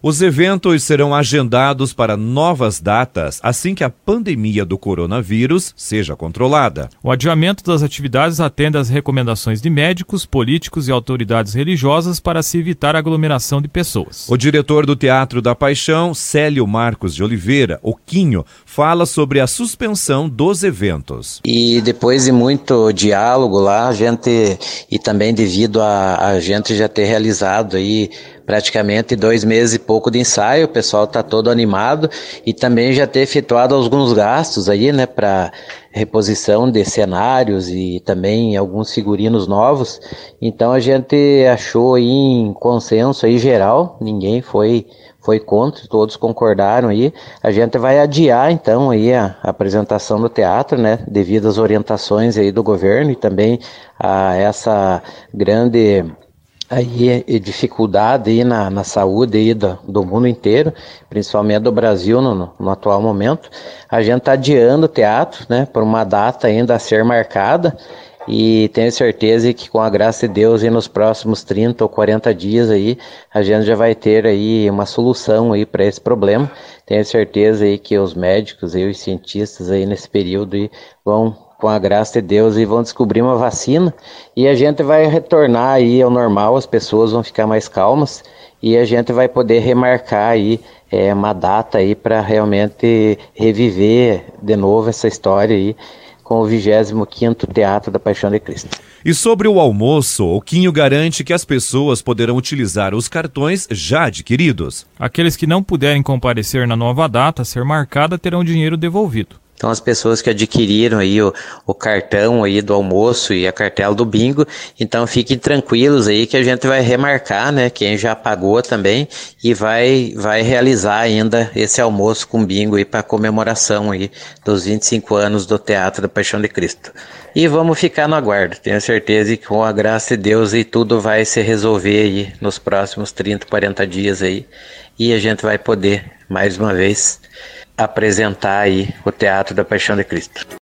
Os eventos serão agendados para novas datas assim que a pandemia do coronavírus seja controlada. O adiamento das atividades atende às recomendações de médicos, políticos e autoridades religiosas para se evitar a aglomeração de pessoas. O diretor do Teatro da Paixão, Célio Marcos de Oliveira, o Quinho, fala sobre a suspensão dos eventos. E depois de muito diálogo lá, e também devido a gente já ter realizado aí praticamente 2 meses e pouco de ensaio, o pessoal está todo animado e também já ter efetuado alguns gastos aí, né, para reposição de cenários e também alguns figurinos novos. Então a gente achou aí em consenso aí geral, ninguém foi contra, todos concordaram aí. A gente vai adiar então aí a apresentação do teatro, né, devido às orientações aí do governo e também a essa grande aí dificuldade aí na saúde aí do mundo inteiro, principalmente do Brasil no atual momento. A gente está adiando o teatro, né, por uma data ainda a ser marcada, e tenho certeza que com a graça de Deus aí nos próximos 30 ou 40 dias aí a gente já vai ter aí uma solução aí para esse problema. Tenho certeza aí que os médicos e os cientistas aí nesse período aí vão, com a graça de Deus, e vão descobrir uma vacina e a gente vai retornar aí ao normal, as pessoas vão ficar mais calmas e a gente vai poder remarcar aí uma data aí para realmente reviver de novo essa história aí com o 25º Teatro da Paixão de Cristo. E sobre o almoço, o Quinho garante que as pessoas poderão utilizar os cartões já adquiridos. Aqueles que não puderem comparecer na nova data a ser marcada terão dinheiro devolvido. Então as pessoas que adquiriram aí o cartão aí do almoço e a cartela do bingo, então fiquem tranquilos aí que a gente vai remarcar, né, quem já pagou também, e vai realizar ainda esse almoço com bingo aí para comemoração aí dos 25 anos do Teatro da Paixão de Cristo. E vamos ficar no aguardo, tenho certeza que com a graça de Deus aí tudo vai se resolver aí nos próximos 30, 40 dias aí, e a gente vai poder mais uma vez apresentar aí o Teatro da Paixão de Cristo.